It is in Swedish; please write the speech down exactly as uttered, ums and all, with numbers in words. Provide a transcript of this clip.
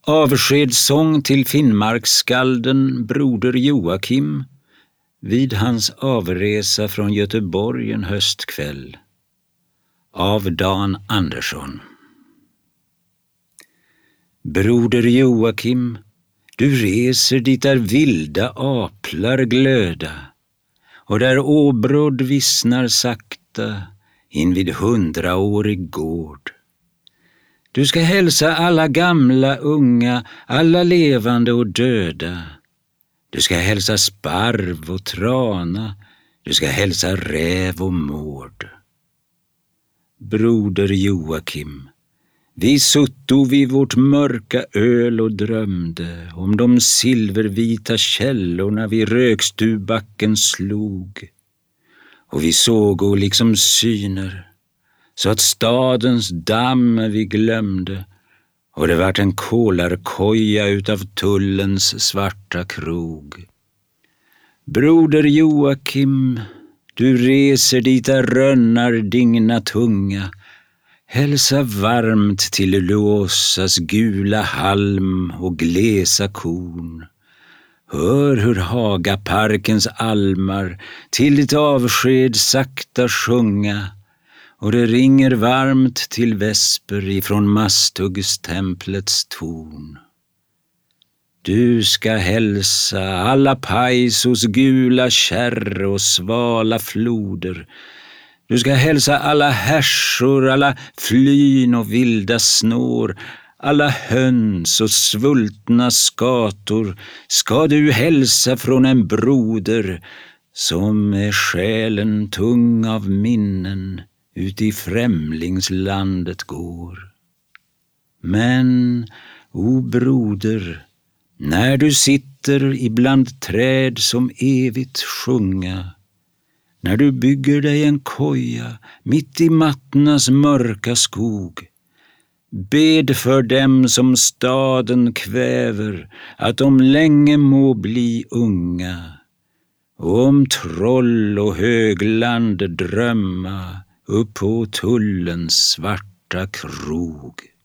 Avskedssång till Finnmarksskalden broder Joakim vid hans avresa från Göteborg en höstkväll. Av Dan Andersson. Broder Joakim, du reser dit där vilda aplar glöda och där åbråd vissnar sakta invid hundraårig gård. Du ska hälsa alla gamla, unga, alla levande och döda. Du ska hälsa sparv och trana, du ska hälsa räv och mård. Broder Joakim, vi sutto vid vårt mörka öl och drömde om de silvervita källorna vid rökstubacken slog. Och vi såg och liksom syner, så att stadens damm vi glömde, och det vart en kolarkoja utav tullens svarta krog. Broder Joakim, du reser dit där rönnar digna tunga, hälsa varmt till Luosas gula halm och glesa korn. Hör hur Hagaparkens almar till ditt avsked sakta sjunga, och det ringer varmt till vesper ifrån Masthuggstemplets torn. Du ska hälsa alla Paisos gula kärr och svala floder. Du ska hälsa alla härsor, alla flyn och vilda snår, alla höns och svultna skator ska du hälsa från en broder som är själen tung av minnen ut i främlingslandet går. Men, o broder, när du sitter ibland träd som evigt sjunga, när du bygger dig en koja mitt i Mattnas mörka skog, bed för dem som staden kväver att de länge må bli unga, och om troll och högland drömma upp på tullens svarta krog.